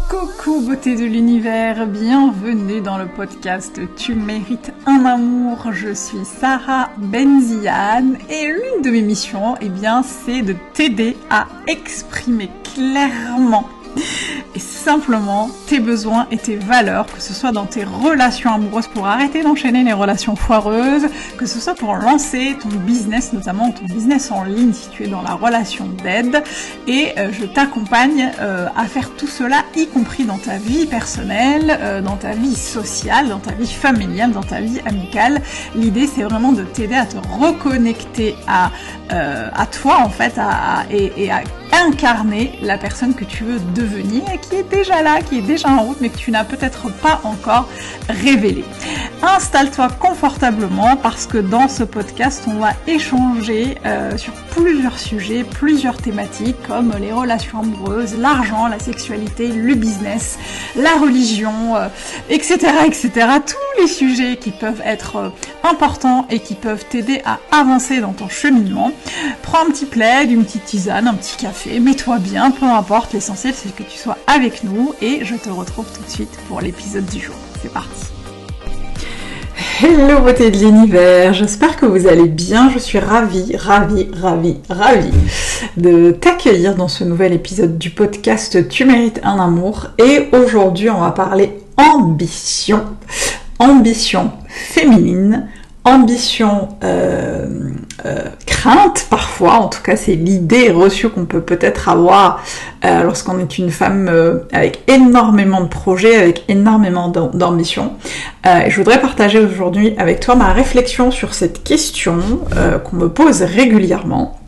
Coucou beauté de l'univers, bienvenue dans le podcast Tu mérites un amour. Je suis Sarah Benziane et l'une de mes missions, c'est de t'aider à exprimer clairement et simplement tes besoins et tes valeurs, que ce soit dans tes relations amoureuses pour arrêter d'enchaîner les relations foireuses, que ce soit pour lancer ton business, notamment ton business en ligne si tu es dans la relation d'aide, et je t'accompagne à faire tout cela, y compris dans ta vie personnelle, dans ta vie sociale, dans ta vie familiale, dans ta vie amicale. L'idée c'est vraiment de t'aider à te reconnecter à toi en fait, et à incarner la personne que tu veux devenir et qui est déjà là, qui est déjà en route mais que tu n'as peut-être pas encore révélé. Installe-toi confortablement parce que dans ce podcast on va échanger sur plusieurs sujets, plusieurs thématiques comme les relations amoureuses, l'argent, la sexualité, le business, la religion, etc. Tous les sujets qui peuvent être importants et qui peuvent t'aider à avancer dans ton cheminement. Prends un petit plaid, une petite tisane, un petit café, mets-toi bien, peu importe, l'essentiel c'est que tu sois avec nous et je te retrouve tout de suite pour l'épisode du jour. C'est parti. Hello beauté de l'univers, j'espère que vous allez bien, je suis ravie de t'accueillir dans ce nouvel épisode du podcast Tu mérites un amour et aujourd'hui on va parler ambition féminine, ambition crainte parfois, en tout cas c'est l'idée reçue qu'on peut peut-être avoir lorsqu'on est une femme avec énormément de projets, avec énormément d'ambition. Et je voudrais partager aujourd'hui avec toi ma réflexion sur cette question qu'on me pose régulièrement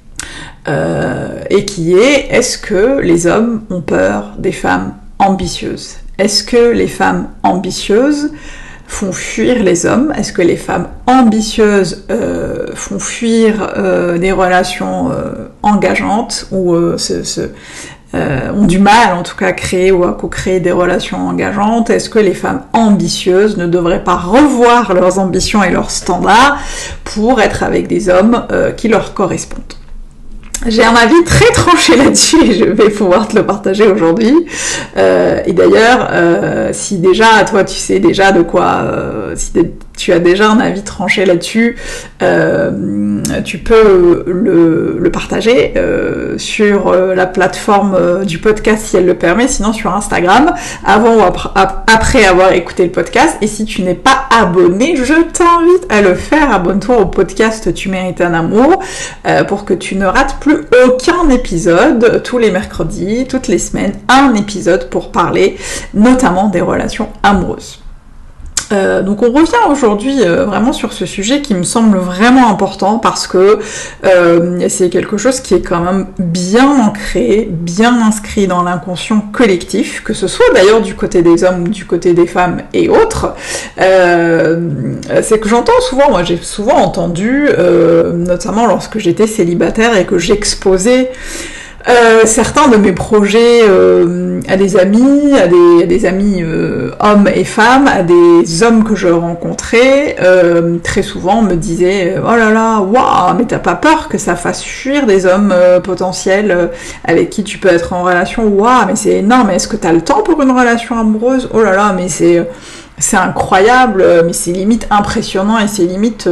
et qui est: est-ce que les hommes ont peur des femmes ambitieuses? Est-ce que les femmes ambitieuses font fuir les hommes? Est-ce que les femmes ambitieuses font fuir des relations engageantes ou ont du mal en tout cas à créer ou à co-créer des relations engageantes? Est-ce que les femmes ambitieuses ne devraient pas revoir leurs ambitions et leurs standards pour être avec des hommes qui leur correspondent? J'ai un avis très tranché là-dessus et je vais pouvoir te le partager aujourd'hui. Et d'ailleurs, si déjà, toi, tu sais déjà de quoi... si tu as déjà un avis tranché là-dessus, tu peux le partager sur la plateforme du podcast si elle le permet, sinon sur Instagram, avant ou après avoir écouté le podcast. Et si tu n'es pas abonné, je t'invite à le faire. Abonne-toi au podcast Tu mérites un amour pour que tu ne rates plus aucun épisode. Tous les mercredis, toutes les semaines, un épisode pour parler notamment des relations amoureuses. Donc on revient aujourd'hui vraiment sur ce sujet qui me semble vraiment important parce que c'est quelque chose qui est quand même bien ancré, bien inscrit dans l'inconscient collectif, que ce soit d'ailleurs du côté des hommes ou du côté des femmes et autres. C'est que j'entends souvent, moi j'ai souvent entendu, notamment lorsque j'étais célibataire et que j'exposais certains de mes projets à des amis, à des amis hommes et femmes, à des hommes que je rencontrais, très souvent me disaient « Oh là là, waouh, mais t'as pas peur que ça fasse fuir des hommes potentiels avec qui tu peux être en relation? Waouh, mais c'est énorme, est-ce que t'as le temps pour une relation amoureuse? Oh là là, mais c'est incroyable, mais c'est limite impressionnant et c'est limite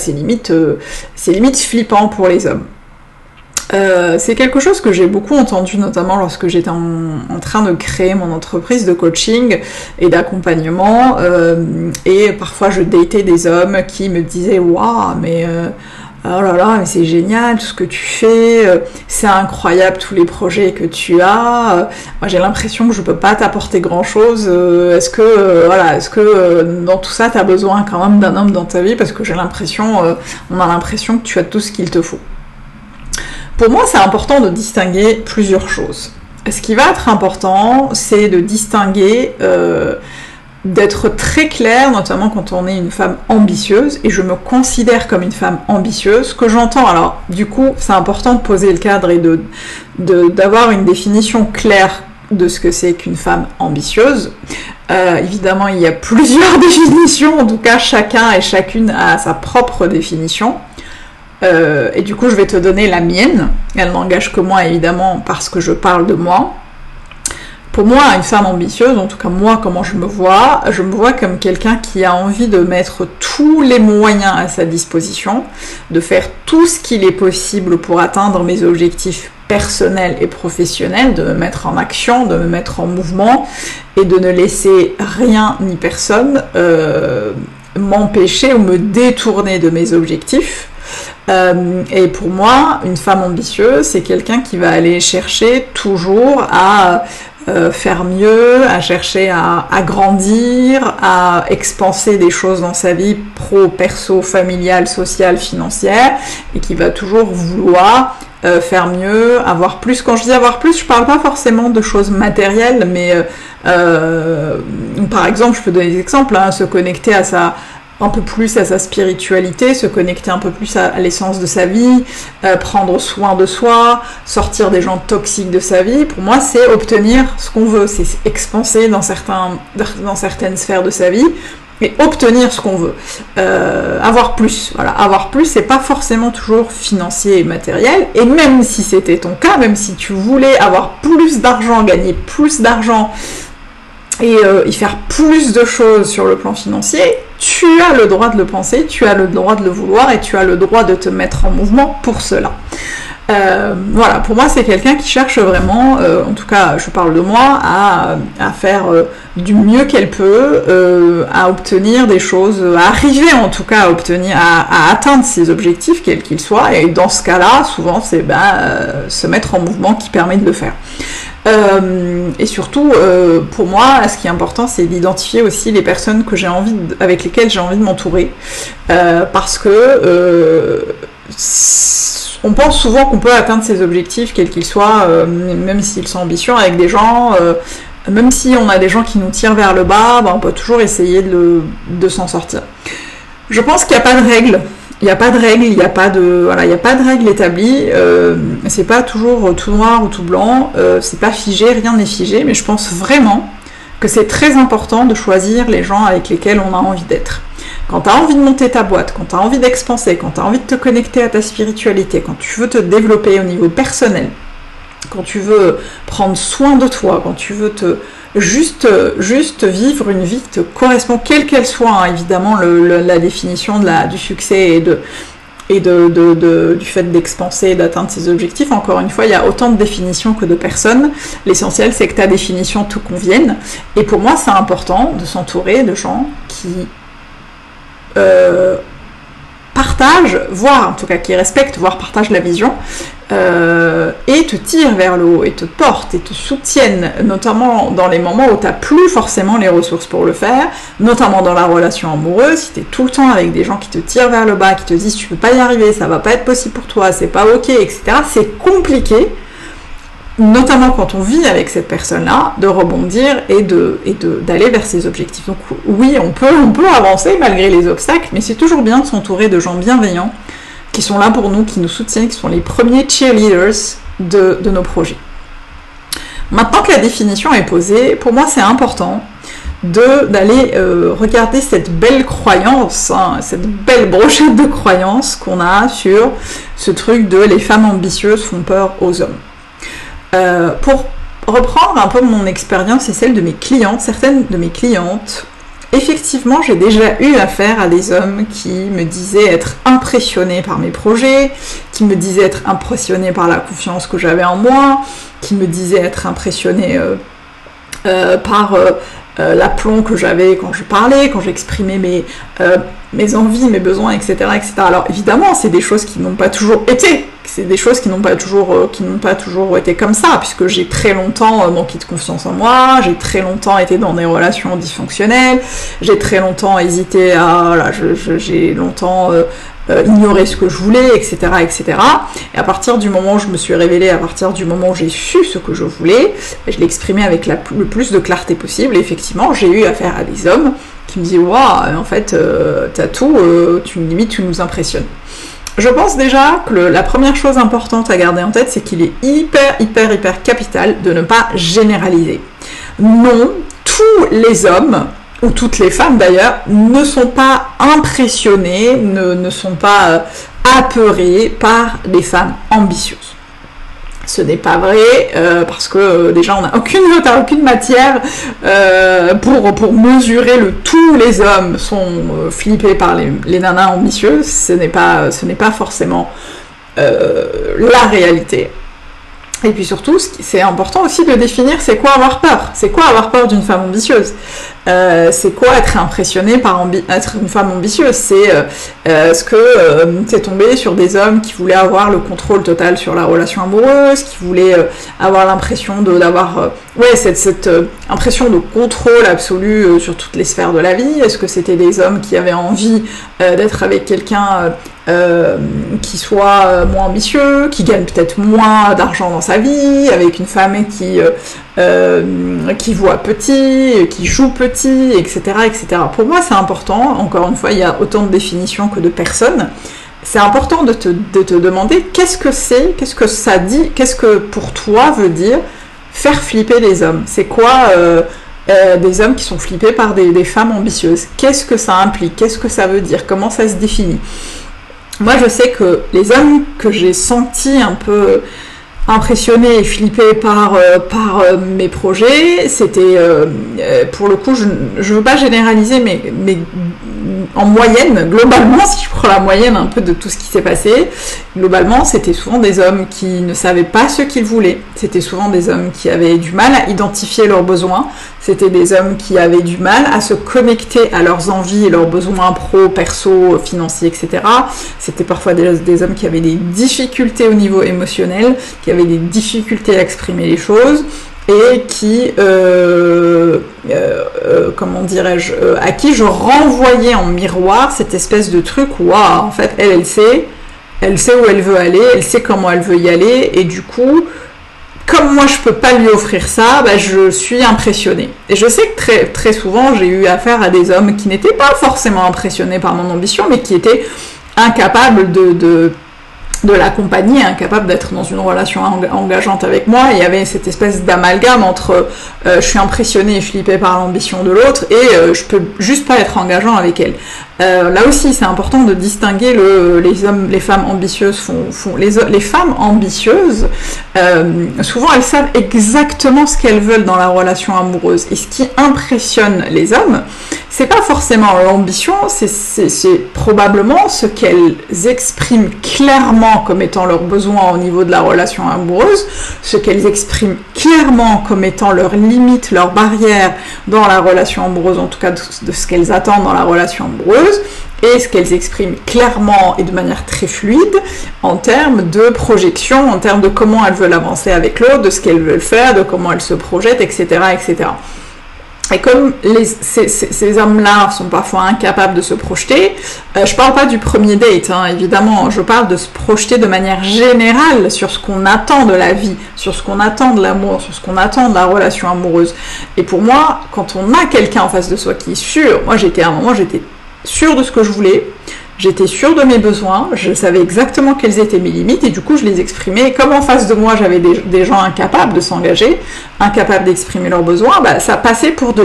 flippant pour les hommes. » C'est quelque chose que j'ai beaucoup entendu, notamment lorsque j'étais en train de créer mon entreprise de coaching et d'accompagnement, et parfois je datais des hommes qui me disaient « Waouh, mais oh là là, mais c'est génial tout ce que tu fais, c'est incroyable tous les projets que tu as, moi j'ai l'impression que je peux pas t'apporter grand chose, est-ce que dans tout ça t'as besoin quand même d'un homme dans ta vie, parce que on a l'impression que tu as tout ce qu'il te faut. » Pour moi, c'est important de distinguer plusieurs choses. Ce qui va être important, c'est de distinguer, d'être très clair, notamment quand on est une femme ambitieuse, et je me considère comme une femme ambitieuse. Ce que j'entends, alors du coup, c'est important de poser le cadre et d'avoir une définition claire de ce que c'est qu'une femme ambitieuse. Évidemment, il y a plusieurs définitions, en tout cas, chacun et chacune a sa propre définition. Et du coup, je vais te donner la mienne. Elle n'engage que moi, évidemment, parce que je parle de moi. Pour moi, une femme ambitieuse, en tout cas moi, comment je me vois comme quelqu'un qui a envie de mettre tous les moyens à sa disposition, de faire tout ce qu'il est possible pour atteindre mes objectifs personnels et professionnels, de me mettre en action, de me mettre en mouvement, et de ne laisser rien ni personne m'empêcher ou me détourner de mes objectifs. Et pour moi, une femme ambitieuse, c'est quelqu'un qui va aller chercher toujours à faire mieux, à chercher à grandir, à expanser des choses dans sa vie pro, perso, familiale, sociale, financière, et qui va toujours vouloir faire mieux, avoir plus. Quand je dis avoir plus, je parle pas forcément de choses matérielles, mais par exemple, je peux donner des exemples, hein, se connecter un peu plus à sa spiritualité, se connecter un peu plus à l'essence de sa vie, prendre soin de soi, sortir des gens toxiques de sa vie. Pour moi, c'est obtenir ce qu'on veut, c'est expanser dans certaines sphères de sa vie et obtenir ce qu'on veut. Avoir plus, voilà. Avoir plus, c'est pas forcément toujours financier et matériel, et même si c'était ton cas, même si tu voulais avoir plus d'argent, gagner plus d'argent, et y faire plus de choses sur le plan financier, tu as le droit de le penser, tu as le droit de le vouloir et tu as le droit de te mettre en mouvement pour cela. Voilà, pour moi c'est quelqu'un qui cherche vraiment, en tout cas je parle de moi, à faire du mieux qu'elle peut, à obtenir des choses, à arriver en tout cas à atteindre ses objectifs quels qu'ils soient, et dans ce cas-là, souvent c'est se mettre en mouvement qui permet de le faire. Et surtout, pour moi, ce qui est important, c'est d'identifier aussi les personnes avec lesquelles j'ai envie de m'entourer, parce que on pense souvent qu'on peut atteindre ses objectifs, quels qu'ils soient, même s'ils sont ambitieux, avec des gens, même si on a des gens qui nous tirent vers le bas, on peut toujours essayer de s'en sortir. Je pense qu'il n'y a pas de règle. Il n'y a pas de règle, il n'y a pas de règle établie, c'est pas toujours tout noir ou tout blanc, c'est pas figé, rien n'est figé, mais je pense vraiment que c'est très important de choisir les gens avec lesquels on a envie d'être. Quand tu as envie de monter ta boîte, quand tu as envie d'expanser, quand tu as envie de te connecter à ta spiritualité, quand tu veux te développer au niveau personnel, quand tu veux prendre soin de toi, quand tu veux juste vivre une vie qui te correspond, quelle qu'elle soit, hein, évidemment, la définition du succès du fait d'expanser et d'atteindre ses objectifs. Encore une fois, il y a autant de définitions que de personnes. L'essentiel, c'est que ta définition te convienne. Et pour moi, c'est important de s'entourer de gens qui partagent, voire en tout cas qui respectent, voire partagent la vision, et te tirent vers le haut, et te portent, et te soutiennent, notamment dans les moments où tu n'as plus forcément les ressources pour le faire, notamment dans la relation amoureuse, si tu es tout le temps avec des gens qui te tirent vers le bas, qui te disent tu peux pas y arriver, ça va pas être possible pour toi, c'est pas ok, etc., c'est compliqué, notamment quand on vit avec cette personne-là, de rebondir et d'aller vers ses objectifs. Donc oui, on peut avancer malgré les obstacles, mais c'est toujours bien de s'entourer de gens bienveillants, qui sont là pour nous, qui nous soutiennent, qui sont les premiers cheerleaders de nos projets. Maintenant que la définition est posée, pour moi c'est important d'aller regarder cette belle croyance, hein, cette belle brochette de croyances qu'on a sur ce truc de les femmes ambitieuses font peur aux hommes. Pour reprendre un peu mon expérience et celle de mes clientes, certaines de mes clientes, effectivement, j'ai déjà eu affaire à des hommes qui me disaient être impressionnés par mes projets, qui me disaient être impressionnés par la confiance que j'avais en moi, qui me disaient être impressionnés par l'aplomb que j'avais quand je parlais, quand j'exprimais mes envies, mes besoins, etc., etc. Alors évidemment, c'est des choses qui n'ont pas toujours été. C'est des choses qui n'ont pas toujours été comme ça, puisque j'ai très longtemps manqué de confiance en moi, j'ai très longtemps été dans des relations dysfonctionnelles, j'ai très longtemps hésité j'ai longtemps ignoré ce que je voulais, etc., etc. Et à partir du moment où je me suis révélée, à partir du moment où j'ai su ce que je voulais, je l'ai exprimé avec le plus de clarté possible, et effectivement, j'ai eu affaire à des hommes qui me disaient « Waouh, en fait, t'as tout, tu nous impressionnes ». Je pense déjà que la première chose importante à garder en tête, c'est qu'il est hyper capital de ne pas généraliser. Non, tous les hommes, ou toutes les femmes d'ailleurs, ne sont pas impressionnés, ne sont pas apeurés par les femmes ambitieuses. Ce n'est pas vrai, parce que déjà on n'a aucune matière pour mesurer tous les hommes sont flippés par les nanas ambitieuses. Ce n'est pas forcément la réalité. Et puis surtout, c'est important aussi de définir c'est quoi avoir peur. C'est quoi avoir peur d'une femme ambitieuse. C'est quoi être impressionné par être une femme ambitieuse. C'est est-ce que c'est tombé sur des hommes qui voulaient avoir le contrôle total sur la relation amoureuse, qui voulaient avoir l'impression d'avoir cette impression de contrôle absolu sur toutes les sphères de la vie. Est-ce que c'était des hommes qui avaient envie d'être avec quelqu'un qui soit moins ambitieux, qui gagne peut-être moins d'argent dans sa vie, avec une femme qui voit petit, qui joue petit, etc., etc. Pour moi, c'est important. Encore une fois, il y a autant de définitions que de personnes. C'est important de te demander qu'est-ce que c'est, qu'est-ce que ça dit, qu'est-ce que pour toi veut dire faire flipper les hommes. C'est quoi des hommes qui sont flippés par des femmes ambitieuses? Qu'est-ce que ça implique? Qu'est-ce que ça veut dire? Comment ça se définit? Moi, je sais que les hommes que j'ai sentis un peu impressionnés et flippés par mes projets, c'était, pour le coup, je ne veux pas généraliser, mais en moyenne, globalement, si je prends la moyenne un peu de tout ce qui s'est passé, globalement, c'était souvent des hommes qui ne savaient pas ce qu'ils voulaient. C'était souvent des hommes qui avaient du mal à identifier leurs besoins. C'était des hommes qui avaient du mal à se connecter à leurs envies et leurs besoins pro, perso, financiers, etc. C'était parfois des hommes qui avaient des difficultés au niveau émotionnel, qui avaient des difficultés à exprimer les choses, et qui, comment dirais-je, à qui je renvoyais en miroir cette espèce de truc où, en fait, elle sait où elle veut aller, elle sait comment elle veut y aller, et du coup, comme moi je peux pas lui offrir ça, je suis impressionnée. Et je sais que très, très souvent, j'ai eu affaire à des hommes qui n'étaient pas forcément impressionnés par mon ambition, mais qui étaient incapables de l'accompagner, incapable d'être dans une relation engageante avec moi. Il y avait cette espèce d'amalgame entre je suis impressionnée et flippée par l'ambition de l'autre et je peux juste pas être engageant avec elle. Là aussi, c'est important de distinguer les femmes ambitieuses les femmes ambitieuses, souvent elles savent exactement ce qu'elles veulent dans la relation amoureuse. Et ce qui impressionne les hommes, c'est pas forcément l'ambition, c'est probablement ce qu'elles expriment clairement comme étant leurs besoins au niveau de la relation amoureuse, ce qu'elles expriment clairement comme étant leurs limites, leurs barrières dans la relation amoureuse, en tout cas de ce qu'elles attendent dans la relation amoureuse, et ce qu'elles expriment clairement et de manière très fluide en termes de projection, en termes de comment elles veulent avancer avec l'autre, de ce qu'elles veulent faire, de comment elles se projettent, etc., etc. Et comme ces hommes-là sont parfois incapables de se projeter, je parle pas du premier date, évidemment, je parle de se projeter de manière générale sur ce qu'on attend de la vie, sur ce qu'on attend de l'amour, sur ce qu'on attend de la relation amoureuse. Et pour moi, quand on a quelqu'un en face de soi qui est sûr, moi à un moment j'étais sûre de ce que je voulais, j'étais sûre de mes besoins, je savais exactement quelles étaient mes limites et du coup je les exprimais. Et comme en face de moi j'avais des gens incapables de s'engager, incapables d'exprimer leurs besoins, ça passait pour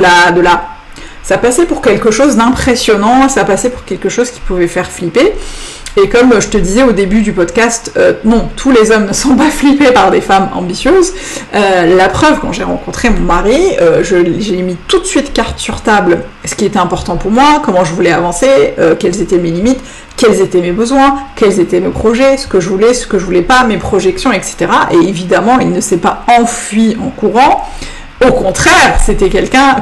ça passait pour quelque chose d'impressionnant, ça passait pour quelque chose qui pouvait faire flipper. Et comme je te disais au début du podcast, non, tous les hommes ne sont pas flippés par des femmes ambitieuses. La preuve, quand j'ai rencontré mon mari, j'ai mis tout de suite carte sur table ce qui était important pour moi, comment je voulais avancer, quelles étaient mes limites, quels étaient mes besoins, quels étaient mes projets, ce que je voulais pas, mes projections, etc. Et évidemment, il ne s'est pas enfui en courant. Au contraire, c'était quelqu'un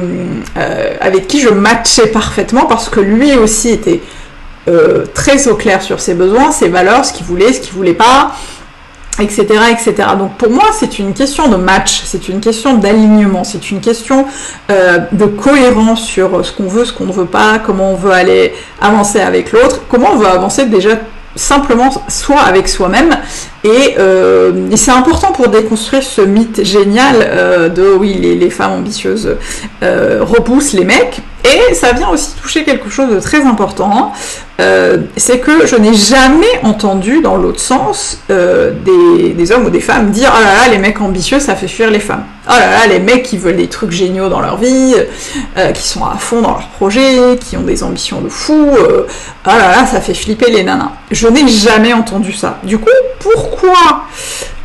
avec qui je matchais parfaitement parce que lui aussi était très au clair sur ses besoins, ses valeurs, ce qu'il voulait pas, etc., etc. Donc pour moi, c'est une question de match, c'est une question d'alignement, c'est une question de cohérence sur ce qu'on veut, ce qu'on ne veut pas, comment on veut aller avancer avec l'autre, comment on veut avancer déjà simplement soit avec soi-même. Et c'est important pour déconstruire ce mythe génial de oui, les femmes ambitieuses repoussent les mecs. Et ça vient aussi toucher quelque chose de très important, c'est que je n'ai jamais entendu dans l'autre sens des hommes ou des femmes dire « Oh là là, les mecs ambitieux, ça fait fuir les femmes. Oh là là, les mecs qui veulent des trucs géniaux dans leur vie, qui sont à fond dans leurs projets, qui ont des ambitions de fou, oh là là, ça fait flipper les nanas. » Je n'ai jamais entendu ça. Du coup, pourquoi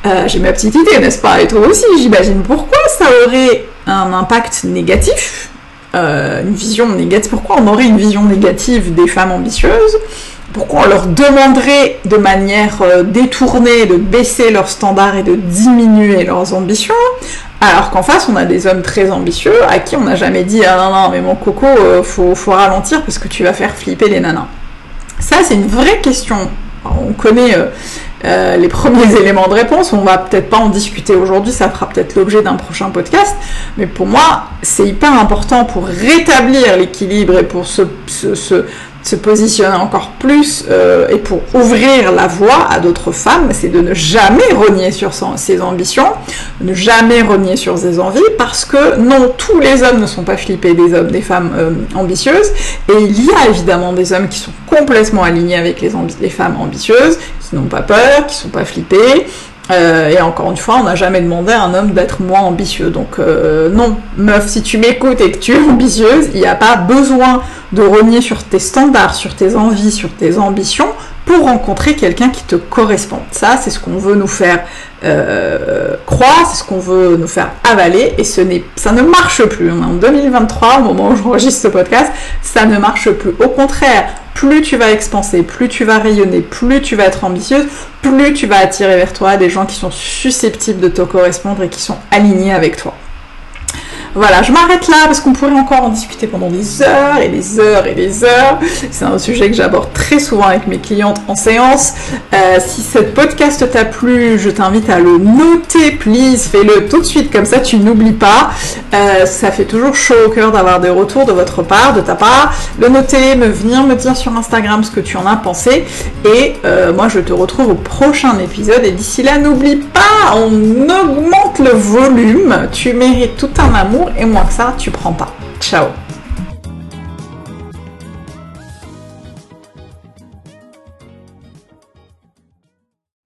J'ai ma petite idée, n'est-ce pas? Et toi aussi, j'imagine. Pourquoi ça aurait un impact négatif, une vision négative? Pourquoi on aurait une vision négative des femmes ambitieuses? Pourquoi on leur demanderait de manière détournée de baisser leurs standards et de diminuer leurs ambitions, alors qu'en face on a des hommes très ambitieux à qui on n'a jamais dit « Ah non, non, mais mon coco, faut ralentir parce que tu vas faire flipper les nanas ». Ça, c'est une vraie question. Alors, on connaît les premiers éléments de réponse, on va peut-être pas en discuter aujourd'hui, ça fera peut-être l'objet d'un prochain podcast, mais pour moi, c'est hyper important pour rétablir l'équilibre et pour se positionner encore plus et pour ouvrir la voie à d'autres femmes, c'est de ne jamais renier sur ses ambitions, ne jamais renier sur ses envies, parce que non, tous les hommes ne sont pas flippés des femmes ambitieuses, et il y a évidemment des hommes qui sont complètement alignés avec les femmes ambitieuses, qui n'ont pas peur, qui sont pas flippés. Et encore une fois, on n'a jamais demandé à un homme d'être moins ambitieux. Donc non, meuf, si tu m'écoutes et que tu es ambitieuse, il n'y a pas besoin de renier sur tes standards, sur tes envies, sur tes ambitions pour rencontrer quelqu'un qui te correspond. Ça, c'est ce qu'on veut nous faire croire, c'est ce qu'on veut nous faire avaler, et ça ne marche plus. On est en 2023, au moment où j'enregistre ce podcast, ça ne marche plus. Au contraire, plus tu vas expanser, plus tu vas rayonner, plus tu vas être ambitieuse, plus tu vas attirer vers toi des gens qui sont susceptibles de te correspondre et qui sont alignés avec toi. Voilà, je m'arrête là parce qu'on pourrait encore en discuter pendant des heures et des heures et des heures. C'est un sujet que j'aborde très souvent avec mes clientes en séance. Si ce podcast t'a plu, je t'invite à le noter, please. Fais-le tout de suite, comme ça tu n'oublies pas. Ça fait toujours chaud au cœur d'avoir des retours de votre part, de ta part. Le noter, venir me dire sur Instagram ce que tu en as pensé. Et moi, je te retrouve au prochain épisode. Et d'ici là, n'oublie pas, on augmente le volume. Tu mérites tout un amour. Et moins que ça, tu prends pas. Ciao.